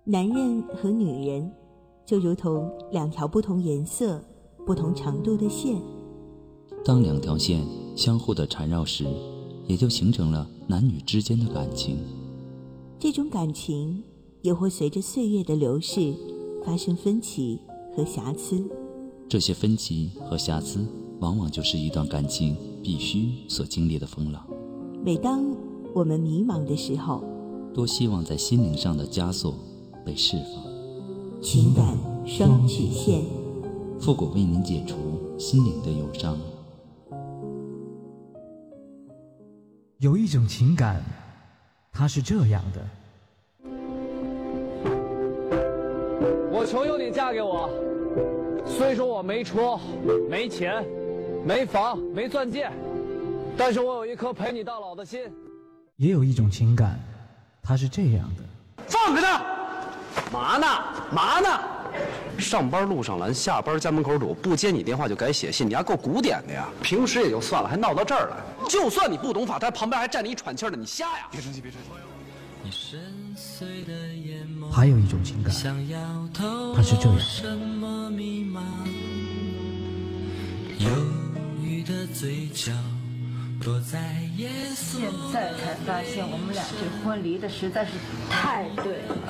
男人和女人就如同两条不同颜色、不同长度的线。 当两条线相互的缠绕时，也就形成了男女之间的感情。 这种感情也会随着岁月的流逝发生分歧和瑕疵。 这些分歧和瑕疵往往就是一段感情必须所经历的风浪。 每当我们迷茫的时候， 多希望在心灵上的枷锁被释放。 情感双曲线， 复古为您解除心灵的忧伤。 有一种情感，它是这样的。 我求求你嫁给我，虽说我没车没钱没房没钻戒，但是我有一颗陪你到老的心。 也有一种情感，它是这样的。 放开他！嘛呢？上班路上拦，下班家门口堵，不接你电话就改写信，你还够古典的呀！平时也就算了，还闹到这儿来。就算你不懂法，他旁边还站着一喘气儿的，你瞎呀！别生气。 还有一种情感，它是这样。 现在才发现我们俩这婚离的实在是太对了。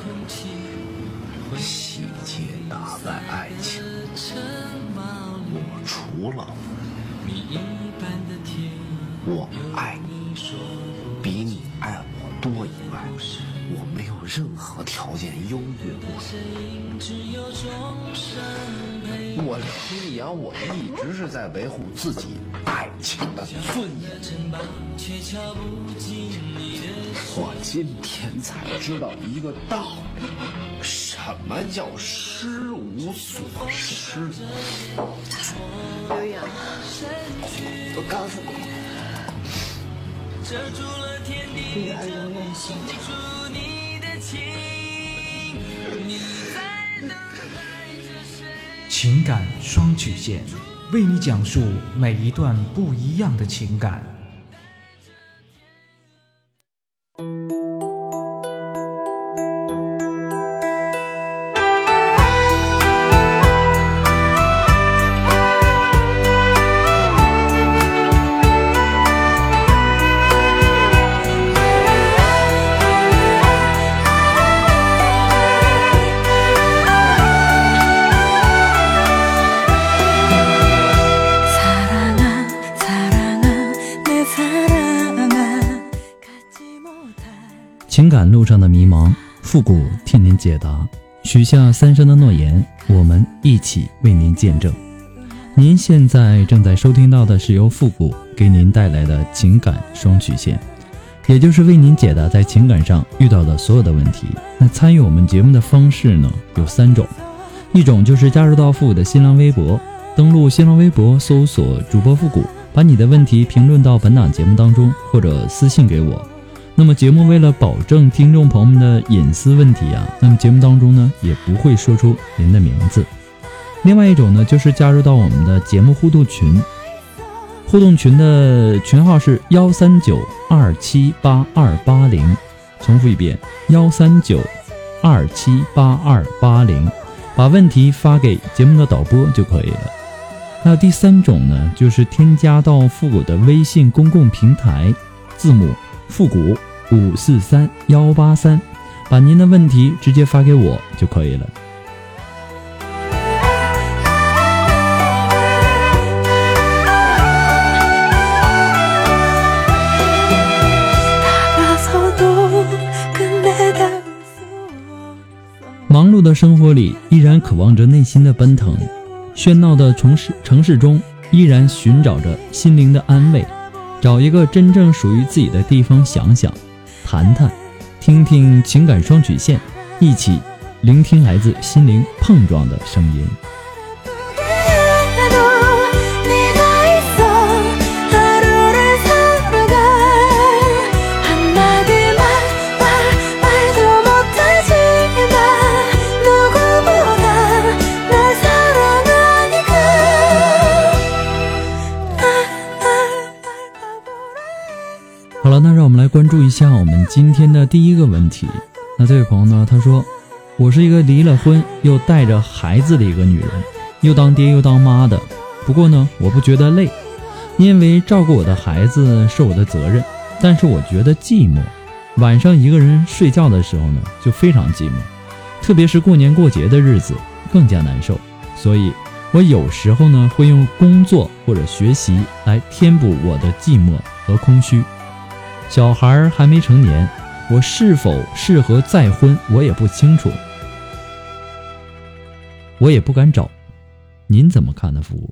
细节打败爱情，我除了我爱你比你爱我多以外，我没有任何条件优越过你。我刘洋，我一直是在维护自己爱情的尊严。我今天才知道一个道理，什么叫失无所失。 刘洋，我告诉你，女儿永远心情感双曲线，为你讲述每一段不一样的情感。 情感路上的迷茫，复古替您解答。许下3声的诺言，我们一起为您见证。您现在正在收听到的是由复古给您带来的情感双曲线，也就是为您解答在情感上遇到的所有的问题。那参与我们节目的方式呢，有3种。一种就是加入到复古的新浪微博，登录新浪微博搜索主播复古，把你的问题评论到本档节目当中，或者私信给我。那么节目为了保证听众朋友们的隐私问题那么节目当中呢也不会说出您的名字。另外一种呢就是加入到我们的节目互动群，互动群的群号是139278280，重复一遍139278280，把问题发给节目的导播就可以了。还有第3种呢，就是添加到复古的微信公共平台，字母复古543183，把您的问题直接发给我就可以了。忙碌的生活里依然渴望着内心的奔腾，喧闹的城市中依然寻找着心灵的安慰，找一个真正属于自己的地方，想想谈谈，听听情感双曲线，一起聆听来自心灵碰撞的声音。好了，那让我们来关注一下我们今天的第一个问题。那这位朋友呢，他说我是一个离了婚又带着孩子的一个女人，又当爹又当妈的。不过呢，我不觉得累，因为照顾我的孩子是我的责任。但是我觉得寂寞，晚上一个人睡觉的时候呢，就非常寂寞，特别是过年过节的日子更加难受。所以我有时候呢，会用工作或者学习来填补我的寂寞和空虚。小孩还没成年，我是否适合再婚，我也不清楚，我也不敢找。您怎么看呢，服务？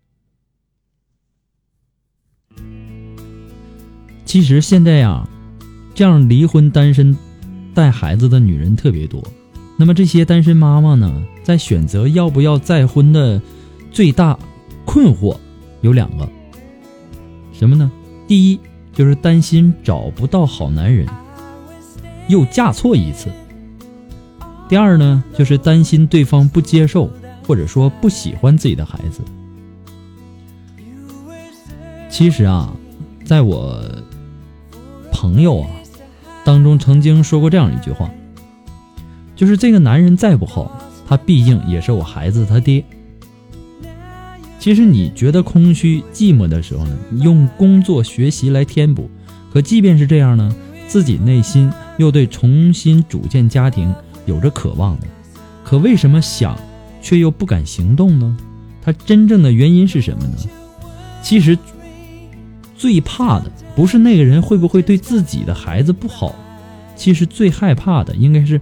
其实现在呀，这样离婚单身带孩子的女人特别多。那么这些单身妈妈呢，在选择要不要再婚的最大困惑有2个。什么呢？第一，就是担心找不到好男人，又嫁错一次。第二呢，就是担心对方不接受，或者说不喜欢自己的孩子。其实啊，在我朋友当中曾经说过这样一句话，就是这个男人再不好，他毕竟也是我孩子他爹。其实你觉得空虚寂寞的时候呢，用工作学习来填补，可即便是这样呢，自己内心又对重新组建家庭有着渴望的，可为什么想却又不敢行动呢？它真正的原因是什么呢？其实最怕的不是那个人会不会对自己的孩子不好，其实最害怕的应该是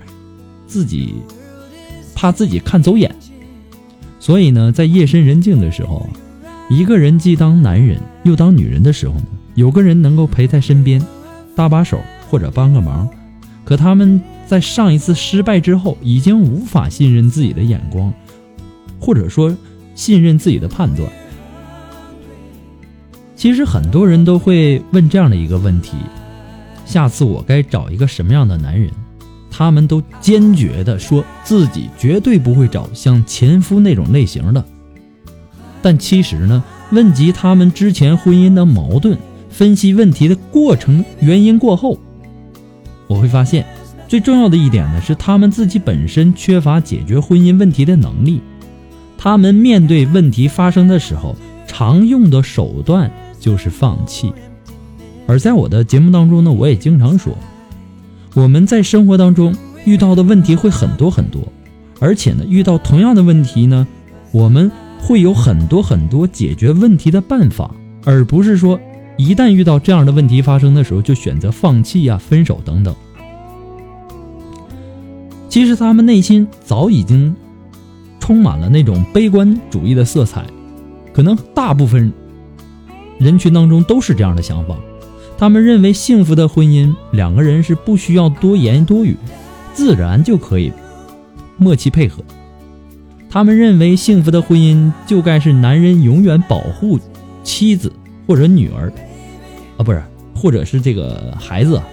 怕自己看走眼。所以呢，在夜深人静的时候，一个人既当男人又当女人的时候呢，有个人能够陪在身边，搭把手或者帮个忙。可他们在上一次失败之后，已经无法信任自己的眼光，或者说信任自己的判断。其实很多人都会问这样的一个问题：下次我该找一个什么样的男人？他们都坚决地说自己绝对不会找像前夫那种类型的。但其实呢，问及他们之前婚姻的矛盾，分析问题的过程原因过后，我会发现最重要的一点呢，是他们自己本身缺乏解决婚姻问题的能力。他们面对问题发生的时候，常用的手段就是放弃。而在我的节目当中呢，我也经常说，我们在生活当中遇到的问题会很多很多，而且呢，遇到同样的问题呢，我们会有很多很多解决问题的办法，而不是说一旦遇到这样的问题发生的时候就选择放弃分手等等。其实他们内心早已经充满了那种悲观主义的色彩，可能大部分人群当中都是这样的想法。他们认为幸福的婚姻，两个人是不需要多言多语，自然就可以默契配合。他们认为幸福的婚姻就该是男人永远保护妻子或者女儿或者是这个孩子。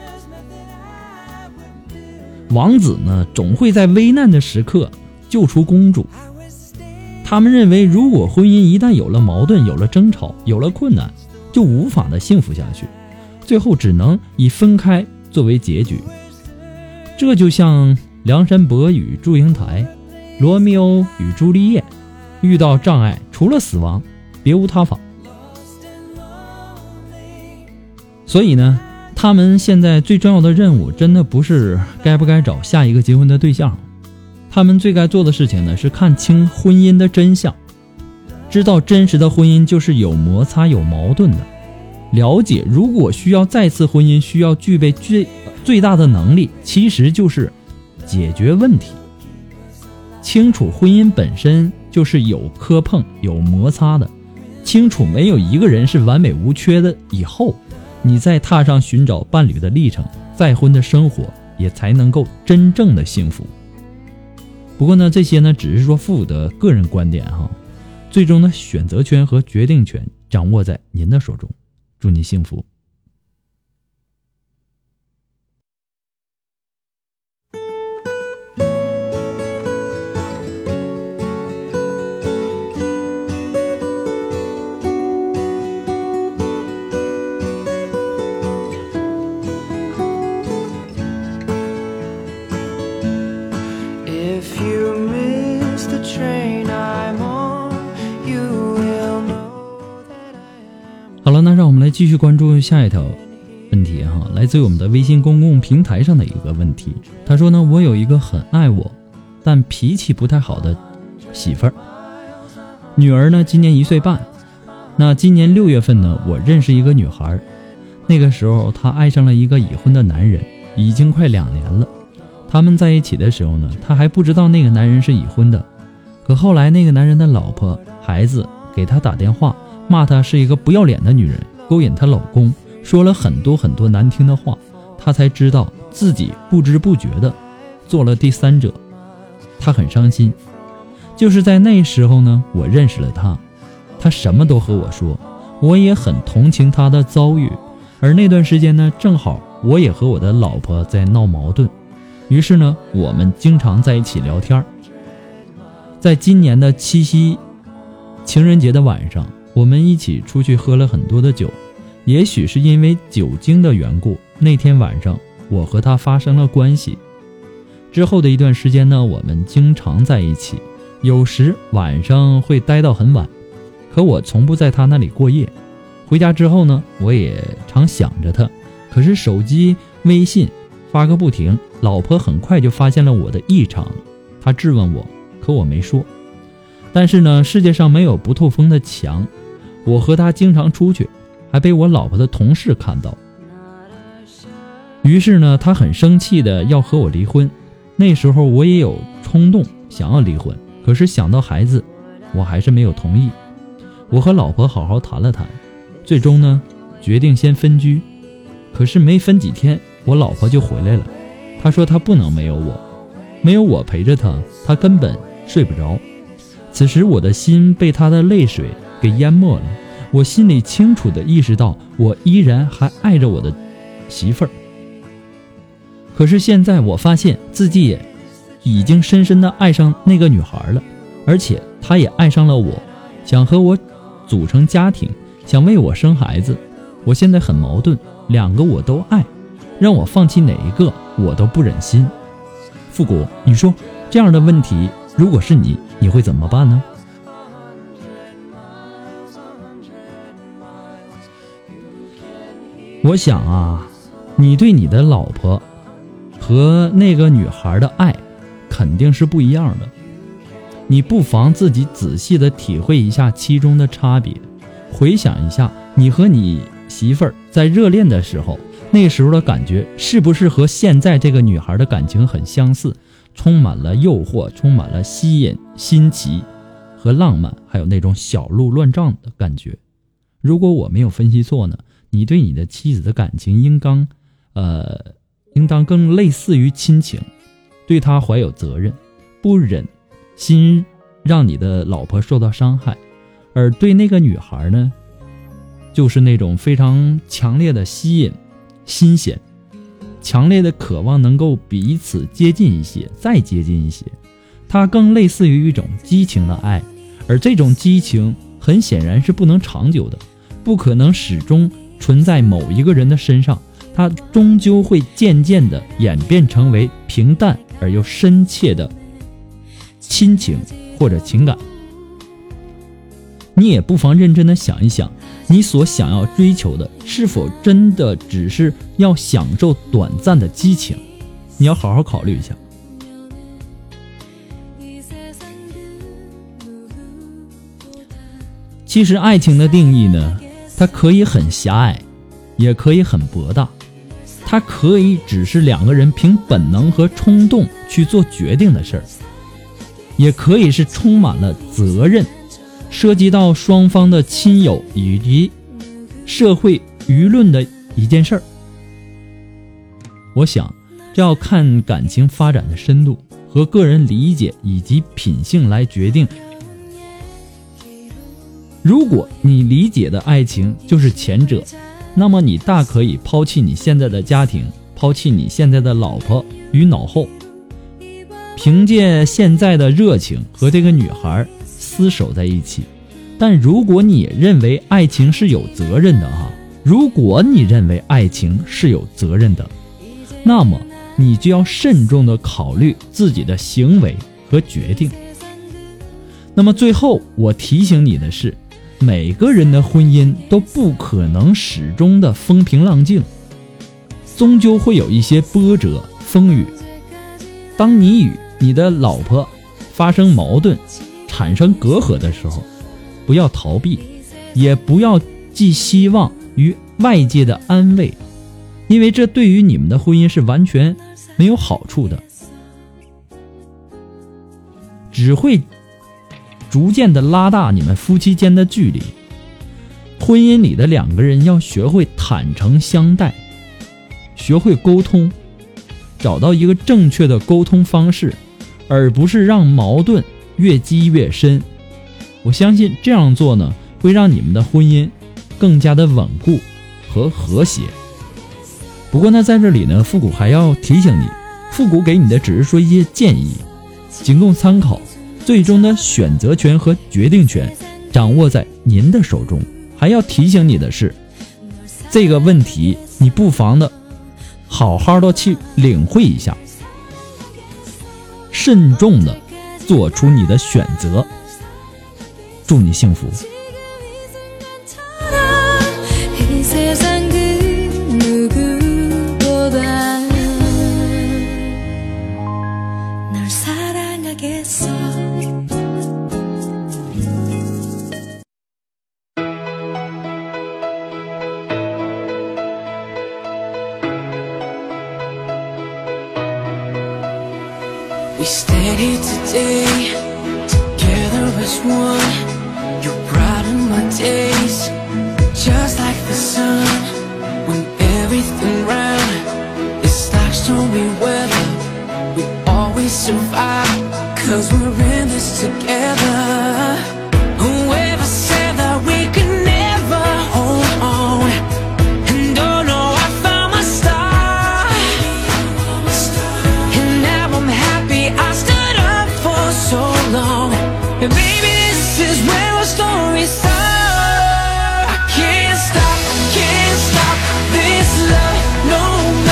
王子呢，总会在危难的时刻救出公主。他们认为，如果婚姻一旦有了矛盾，有了争吵，有了困难，就无法的幸福下去，最后只能以分开作为结局。这就像梁山伯与祝英台，罗密欧与朱丽叶，遇到障碍除了死亡别无他法。所以呢，他们现在最重要的任务真的不是该不该找下一个结婚的对象，他们最该做的事情呢，是看清婚姻的真相，知道真实的婚姻就是有摩擦有矛盾的，了解如果需要再次婚姻需要具备最大的能力，其实就是解决问题。清楚婚姻本身就是有磕碰有摩擦的，清楚没有一个人是完美无缺的以后，你再踏上寻找伴侣的历程，再婚的生活也才能够真正的幸福。不过呢，这些呢只是说父的个人观点最终的选择权和决定权掌握在您的手中。祝你幸福。 继续关注下一条问题哈，来自于我们的微信公共平台上的一个问题。他说呢，我有一个很爱我但脾气不太好的媳妇儿，女儿呢今年1岁半。那今年6月份呢，我认识一个女孩，那个时候她爱上了一个已婚的男人，已经快2年了。他们在一起的时候呢，她还不知道那个男人是已婚的。可后来那个男人的老婆孩子给她打电话，骂她是一个不要脸的女人，勾引她老公，说了很多很多难听的话。她才知道自己不知不觉的做了第三者，她很伤心。就是在那时候呢，我认识了她，她什么都和我说，我也很同情她的遭遇。而那段时间呢，正好我也和我的老婆在闹矛盾，于是呢，我们经常在一起聊天。在今年的7夕情人节的晚上，我们一起出去喝了很多的酒，也许是因为酒精的缘故，那天晚上我和她发生了关系。之后的一段时间呢，我们经常在一起，有时晚上会待到很晚，可我从不在她那里过夜。回家之后呢，我也常想着她，可是手机微信发个不停，老婆很快就发现了我的异常，她质问我，可我没说。但是呢，世界上没有不透风的墙，我和她经常出去，还被我老婆的同事看到。于是呢，她很生气的要和我离婚。那时候我也有冲动想要离婚，可是想到孩子，我还是没有同意。我和老婆好好谈了谈，最终呢，决定先分居。可是没分几天，我老婆就回来了。她说她不能没有我，没有我陪着她，她根本睡不着。此时我的心被她的泪水给淹没了，我心里清楚地意识到，我依然还爱着我的媳妇儿。可是现在我发现自己也已经深深地爱上那个女孩了，而且她也爱上了我，想和我组成家庭，想为我生孩子。我现在很矛盾，两个我都爱，让我放弃哪一个我都不忍心。复古，你说这样的问题如果是你会怎么办呢？我想啊，你对你的老婆和那个女孩的爱肯定是不一样的，你不妨自己仔细的体会一下其中的差别，回想一下你和你媳妇儿在热恋的时候，那时候的感觉是不是和现在这个女孩的感情很相似，充满了诱惑，充满了吸引、新奇和浪漫，还有那种小鹿乱撞的感觉。如果我没有分析错呢，你对你的妻子的感情应当更类似于亲情，对她怀有责任，不忍心让你的老婆受到伤害。而对那个女孩呢，就是那种非常强烈的吸引、新鲜，强烈的渴望能够彼此接近一些，再接近一些。它更类似于一种激情的爱，而这种激情很显然是不能长久的，不可能始终存在某一个人的身上，它终究会渐渐地演变成为平淡而又深切的亲情或者情感。你也不妨认真地想一想，你所想要追求的是否真的只是要享受短暂的激情？你要好好考虑一下。其实爱情的定义呢，它可以很狭隘，也可以很博大。它可以只是两个人凭本能和冲动去做决定的事儿，也可以是充满了责任，涉及到双方的亲友以及社会舆论的一件事儿。我想这要看感情发展的深度和个人理解以及品性来决定。如果你理解的爱情就是前者，那么你大可以抛弃你现在的家庭，抛弃你现在的老婆于脑后，凭借现在的热情和这个女孩厮守在一起。但如果你认为爱情是有责任的如果你认为爱情是有责任的，那么你就要慎重地考虑自己的行为和决定。那么最后我提醒你的是， 每个人的婚姻都不可能始终的风平浪静，终究会有一些波折风雨。当你与你的老婆发生矛盾产生隔阂的时候，不要逃避，也不要寄希望于外界的安慰，因为这对于你们的婚姻是完全没有好处的，只会逐渐的拉大你们夫妻间的距离。婚姻里的两个人要学会坦诚相待，学会沟通，找到一个正确的沟通方式，而不是让矛盾越积越深。我相信这样做呢，会让你们的婚姻更加的稳固和和谐。不过呢，在这里呢，复古还要提醒你，复古给你的只是说一些建议，仅供参考，最终的选择权和决定权掌握在您的手中。还要提醒你的是，这个问题你不妨的好好的去领会一下，慎重的做出你的选择。祝你幸福。 We stand here today, together as one. You brighten my days, just like the sun. When everything round is like stormy weather, we always survive, 'cause we're in this together. Whoever said that we could never hold on, and oh no, I found my star, and now I'm happy I stood up for so long. And baby, this is where our story starts. I can't stop this love, no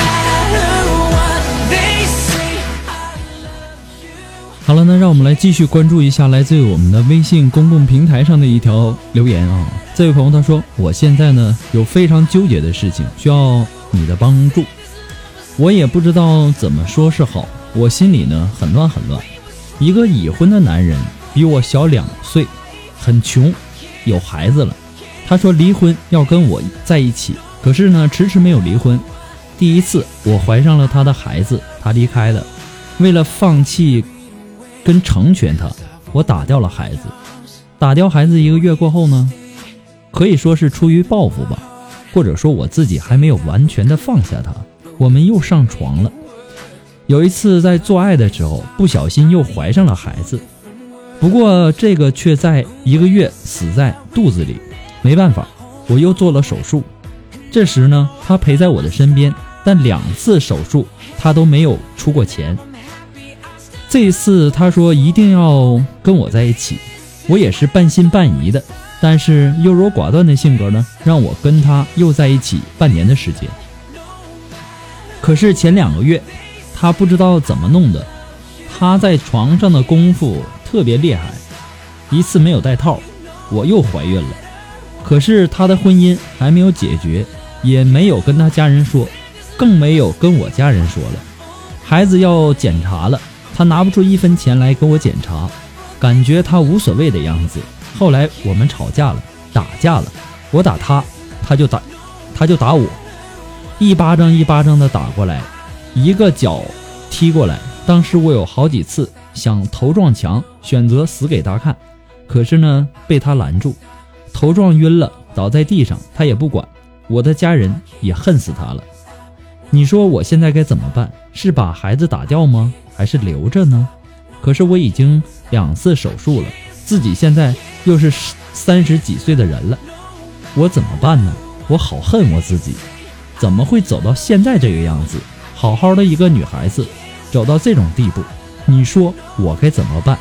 matter what they say. I love you. 好了，那让我们来继续关注一下来自于我们的微信公共平台上的一条留言啊。这位朋友他说，我现在呢有非常纠结的事情需要你的帮助，我也不知道怎么说是好，我心里呢很乱。一个已婚的男人比我小2岁，很穷，有孩子了。他说离婚要跟我在一起，可是呢迟迟没有离婚。第一次我怀上了他的孩子，他离开了。为了放弃跟成全他，我打掉了孩子。打掉孩子1个月过后呢，可以说是出于报复吧，或者说我自己还没有完全的放下他，我们又上床了。有一次在做爱的时候，不小心又怀上了孩子，不过这个却在1个月死在肚子里，没办法，我又做了手术。这时呢，他陪在我的身边，但2次手术他都没有出过钱。这一次他说一定要跟我在一起，我也是半信半疑的，但是优柔寡断的性格呢，让我跟他又在一起半年的时间。可是前2个月他不知道怎么弄的，他在床上的功夫特别厉害，一次没有带套，我又怀孕了。可是他的婚姻还没有解决，也没有跟他家人说，更没有跟我家人说了。孩子要检查了，他拿不出1分钱来给我检查，感觉他无所谓的样子。后来我们吵架了，打架了，我打他，他就打我，一巴掌一巴掌的打过来，一个脚踢过来。当时我有好几次想头撞墙，选择死给他看，可是呢被他拦住，头撞晕了，倒在地上，他也不管，我的家人也恨死他了。你说我现在该怎么办？是把孩子打掉吗？还是留着呢？可是我已经2次手术了，自己现在又是30几岁的人了，我怎么办呢？我好恨我自己，怎么会走到现在这个样子？好好的一个女孩子走到这种地步，你说我该怎么办？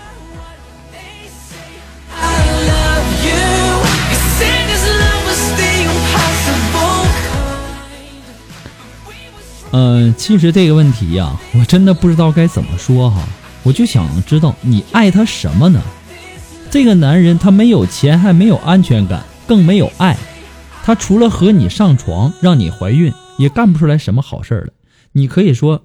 其实这个问题呀，我真的不知道该怎么说哈。我就想知道你爱他什么呢？ 这个男人他没有钱，还没有安全感，更没有爱，他除了和你上床让你怀孕，也干不出来什么好事了。你可以说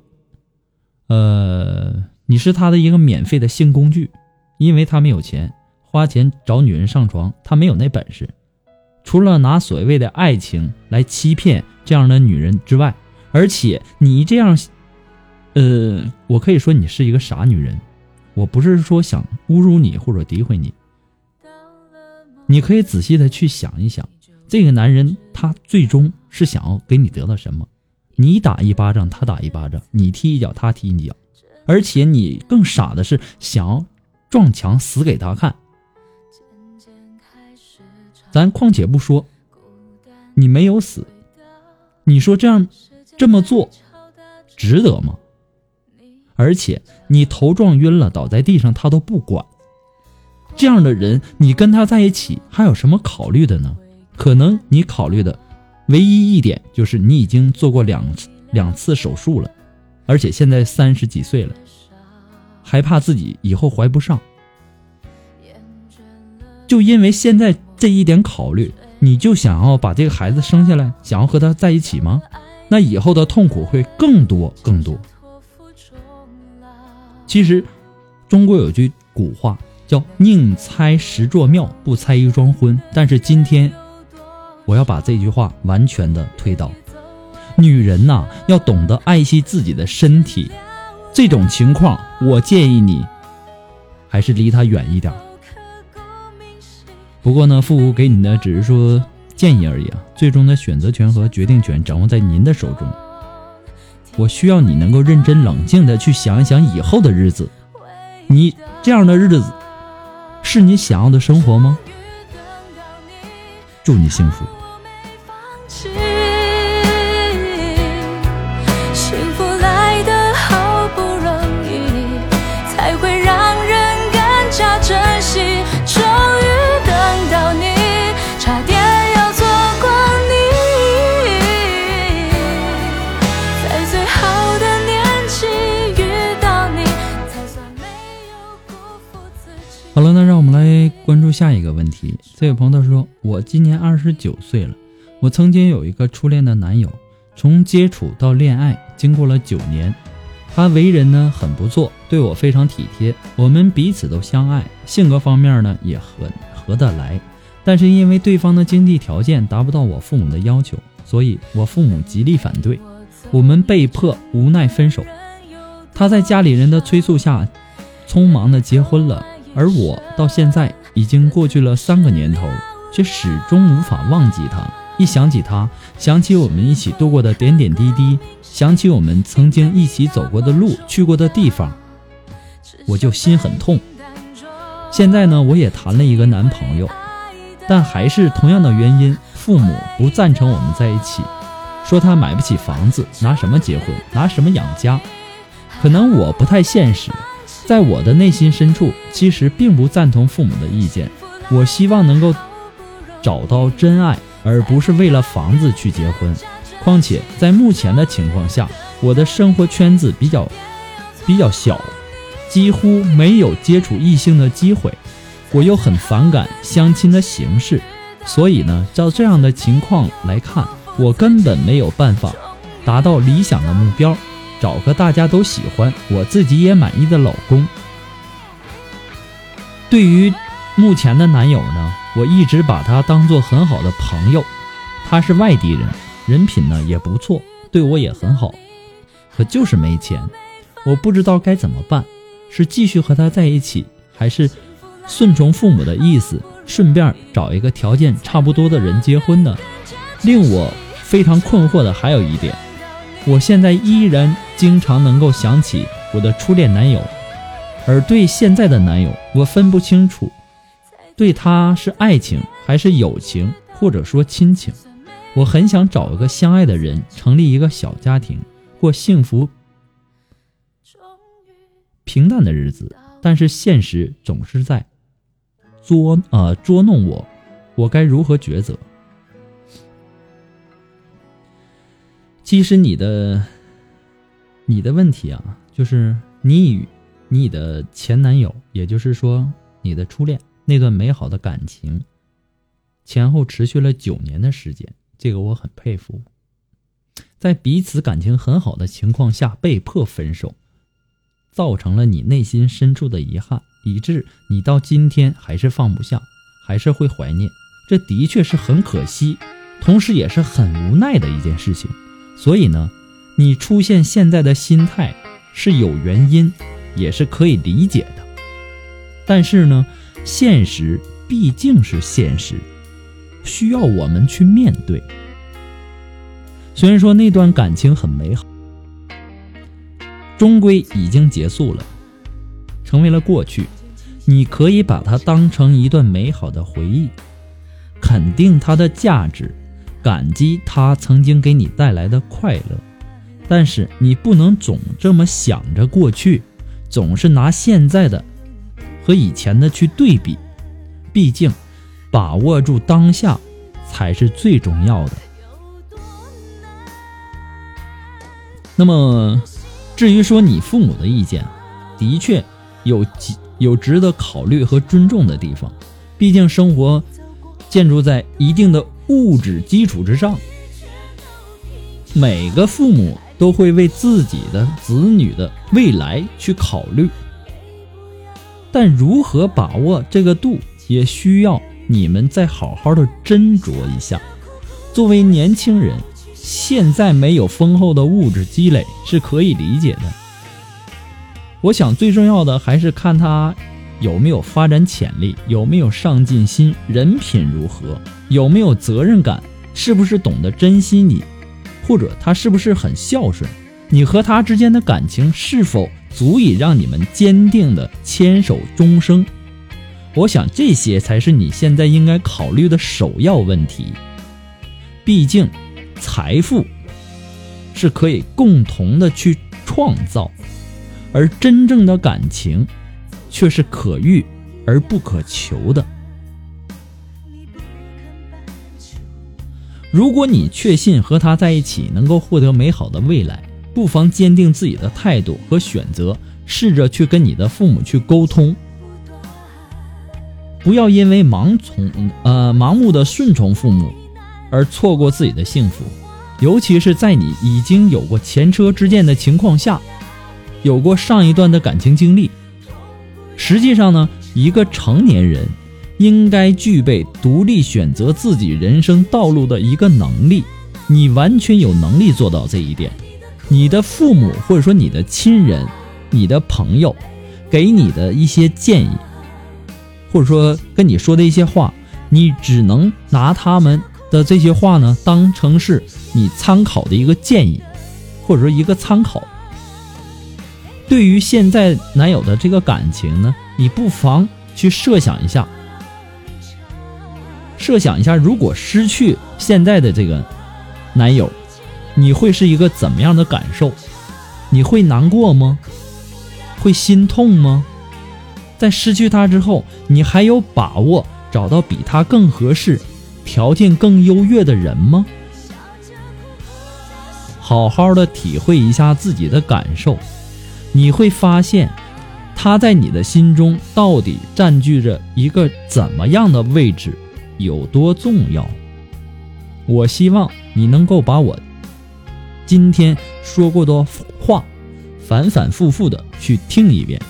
你是他的一个免费的性工具，因为他没有钱，花钱找女人上床，他没有那本事，除了拿所谓的爱情来欺骗这样的女人之外，而且你这样我可以说你是一个傻女人，我不是说想侮辱你或者诋毁你，你可以仔细的去想一想，这个男人他最终是想要给你得到什么？你打一巴掌他打一巴掌，你踢一脚他踢一脚，而且你更傻的是想要撞墙死给他看。咱况且不说你没有死，你说这么做值得吗？而且你头撞晕了倒在地上他都不管，这样的人你跟他在一起还有什么考虑的呢？可能你考虑的唯一一点就是你已经做过两次手术了，而且现在30几岁了，还怕自己以后怀不上。就因为现在这一点考虑，你就想要把这个孩子生下来，想要和他在一起吗？那以后的痛苦会更多更多。其实中国有句古话叫宁拆10座庙，不拆一桩婚，但是今天我要把这句话完全的推倒。女人呐，要懂得爱惜自己的身体，这种情况我建议你还是离他远一点。不过呢，父母给你的只是说建议而已啊，最终的选择权和决定权掌握在您的手中。我需要你能够认真冷静的去想一想以后的日子，你这样的日子是你想要的生活吗？祝你幸福。 幸福来得好不容易，才会让人更加珍惜。终于等到你，差点要错过你，在最好的年纪遇到你，才算没有辜负自己。 好了，那让我们来关注下一个问题。这位朋友说，我今年29岁了，我曾经有一个初恋的男友，从接触到恋爱经过了9年，他为人呢很不错，对我非常体贴，我们彼此都相爱，性格方面呢也很合得来，但是因为对方的经济条件达不到我父母的要求，所以我父母极力反对，我们被迫无奈分手。他在家里人的催促下匆忙的结婚了，而我到现在已经过去了3个年头，却始终无法忘记他。一想起他，想起我们一起度过的点点滴滴，想起我们曾经一起走过的路，去过的地方，我就心很痛。现在呢，我也谈了一个男朋友，但还是同样的原因，父母不赞成我们在一起，说他买不起房子，拿什么结婚，拿什么养家。可能我不太现实，在我的内心深处，其实并不赞同父母的意见。我希望能够找到真爱，而不是为了房子去结婚。况且在目前的情况下，我的生活圈子比较小，几乎没有接触异性的机会，我又很反感相亲的形式，所以呢，照这样的情况来看，我根本没有办法达到理想的目标，找个大家都喜欢，我自己也满意的老公。对于目前的男友呢，我一直把他当作很好的朋友，他是外地人，人品呢也不错，对我也很好，可就是没钱，我不知道该怎么办，是继续和他在一起，还是顺从父母的意思，顺便找一个条件差不多的人结婚呢？令我非常困惑的还有一点，我现在依然经常能够想起我的初恋男友，而对现在的男友，我分不清楚对他是爱情还是友情，或者说亲情。我很想找一个相爱的人，成立一个小家庭，过幸福平淡的日子，但是现实总是在捉弄我，我该如何抉择？其实你的问题啊，就是你与你的前男友，也就是说你的初恋， 那段美好的感情前后持续了9年的时间，这个我很佩服。在彼此感情很好的情况下被迫分手，造成了你内心深处的遗憾，以致你到今天还是放不下，还是会怀念。这的确是很可惜，同时也是很无奈的一件事情。所以呢，你出现现在的心态是有原因，也是可以理解的。但是呢，现实毕竟是现实，需要我们去面对。虽然说那段感情很美好，终归已经结束了，成为了过去。你可以把它当成一段美好的回忆，肯定它的价值，感激它曾经给你带来的快乐。但是你不能总这么想着过去，总是拿现在的和以前的去对比，毕竟把握住当下才是最重要的。那么至于说你父母的意见，的确有值得考虑和尊重的地方，毕竟生活建筑在一定的物质基础之上，每个父母都会为自己的子女的未来去考虑，但如何把握这个度，也需要你们再好好的斟酌一下。作为年轻人，现在没有丰厚的物质积累是可以理解的。我想最重要的还是看他有没有发展潜力，有没有上进心，人品如何，有没有责任感，是不是懂得珍惜你，或者他是不是很孝顺，你和他之间的感情是否足以让你们坚定的牵手终生。我想这些才是你现在应该考虑的首要问题。毕竟财富是可以共同的去创造，而真正的感情却是可遇而不可求的。如果你确信和他在一起能够获得美好的未来，不妨坚定自己的态度和选择，试着去跟你的父母去沟通，不要因为盲目的顺从父母而错过自己的幸福。尤其是在你已经有过前车之鉴的情况下，有过上一段的感情经历。实际上呢，一个成年人应该具备独立选择自己人生道路的一个能力，你完全有能力做到这一点。你的父母或者说你的亲人，你的朋友给你的一些建议，或者说跟你说的一些话，你只能拿他们的这些话呢当成是你参考的一个建议，或者说一个参考。对于现在男友的这个感情呢，你不妨去设想一下，如果失去现在的这个男友，你会是一个怎么样的感受？你会难过吗？会心痛吗？在失去他之后，你还有把握找到比他更合适、条件更优越的人吗？好好的体会一下自己的感受，你会发现他在你的心中到底占据着一个怎么样的位置，有多重要。我希望你能够把我今天说过的话反反复复的去听一遍。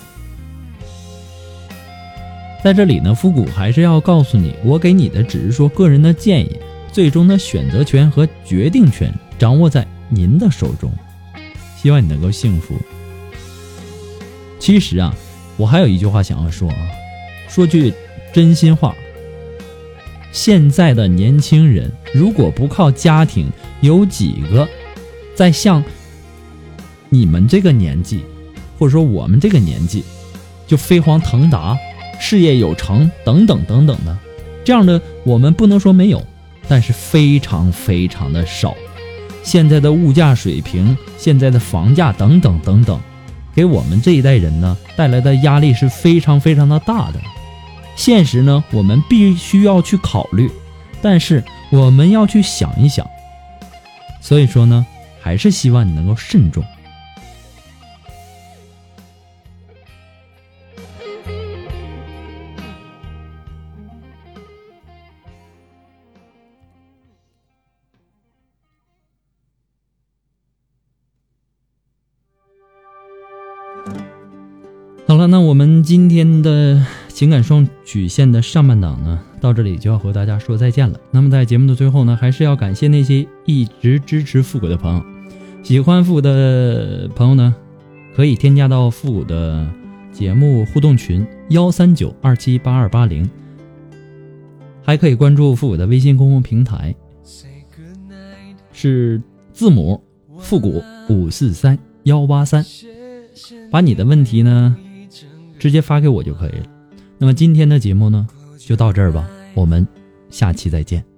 在这里呢，复古还是要告诉你，我给你的只是说个人的建议，最终的选择权和决定权掌握在您的手中。希望你能够幸福。其实啊，我还有一句话想要说啊，说句真心话，现在的年轻人如果不靠家庭，有几个在像你们这个年纪，或者说我们这个年纪就飞黄腾达、事业有成等等等等的，这样的我们不能说没有，但是非常非常的少。现在的物价水平，现在的房价等等等等，给我们这一代人呢带来的压力是非常非常的大的。现实呢，我们必须要去考虑，但是我们要去想一想。所以说呢，还是希望你能够慎重。 好了，那我们今天的情感双曲线的上半档呢，到这里就要和大家说再见了。那么在节目的最后呢，还是要感谢那些一直支持复古的朋友。喜欢复古的朋友呢，可以添加到复古的节目互动群139278280，还可以关注复古的微信公众平台，是字母复古543183，把你的问题呢直接发给我就可以了。那么今天的节目呢就到这儿吧，我们下期再见。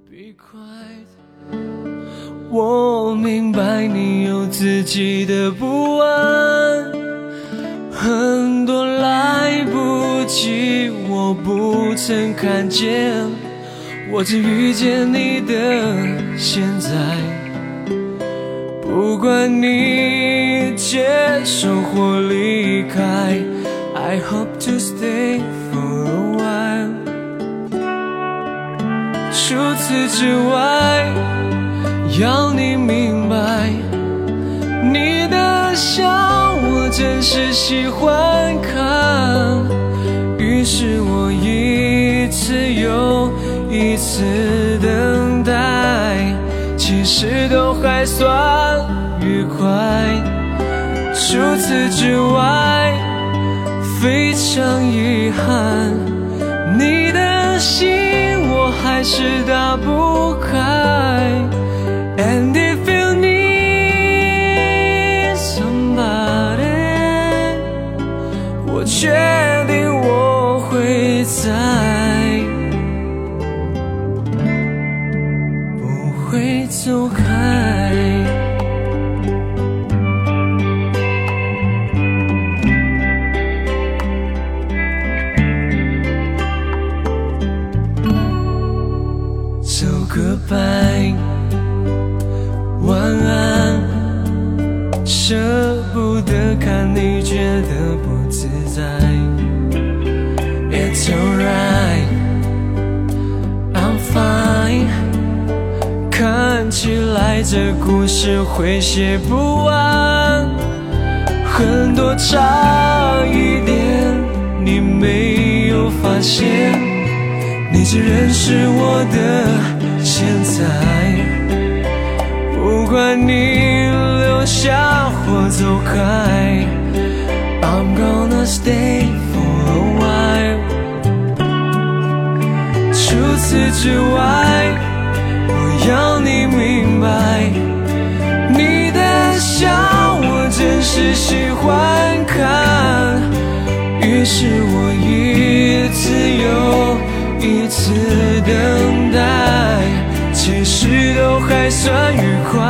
我明白你有自己的不安，很多来不及我不曾看见，我只遇见你的现在。不管你接受或离开， I hope to stay for a while。 除此之外，要你明白，你的笑我真是喜欢看，于是我一次又一次等待，其实都还算愉快。除此之外，非常遗憾，你的心我还是打不开。And if you need somebody， 我确定我会在，不会走开。So goodbye，晚安，舍不得看你觉得不自在。It's alright， I'm fine。看起来这故事会写不完，很多差一点你没有发现，你只认识我的现在。不管你留下或走开， I'm gonna stay for a while。 除此之外，我要你明白，你的笑我真是喜欢看，于是我一次又一次等待，其实都还算愉快。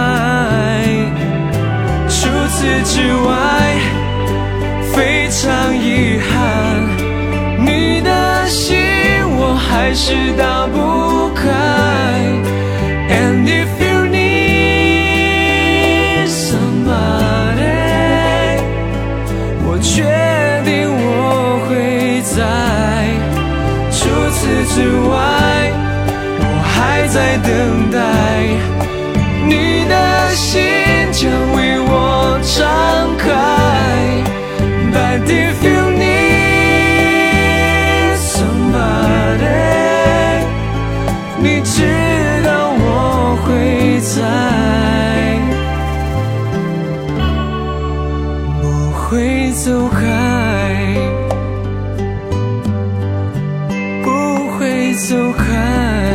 除此之外，非常遗憾，你的心我还是打不开。And if you need somebody， 我确定我会在。除此之外，还在等待，你的心将为我敞开。But if you need somebody， 你知道我会在，不会走开，不会走开。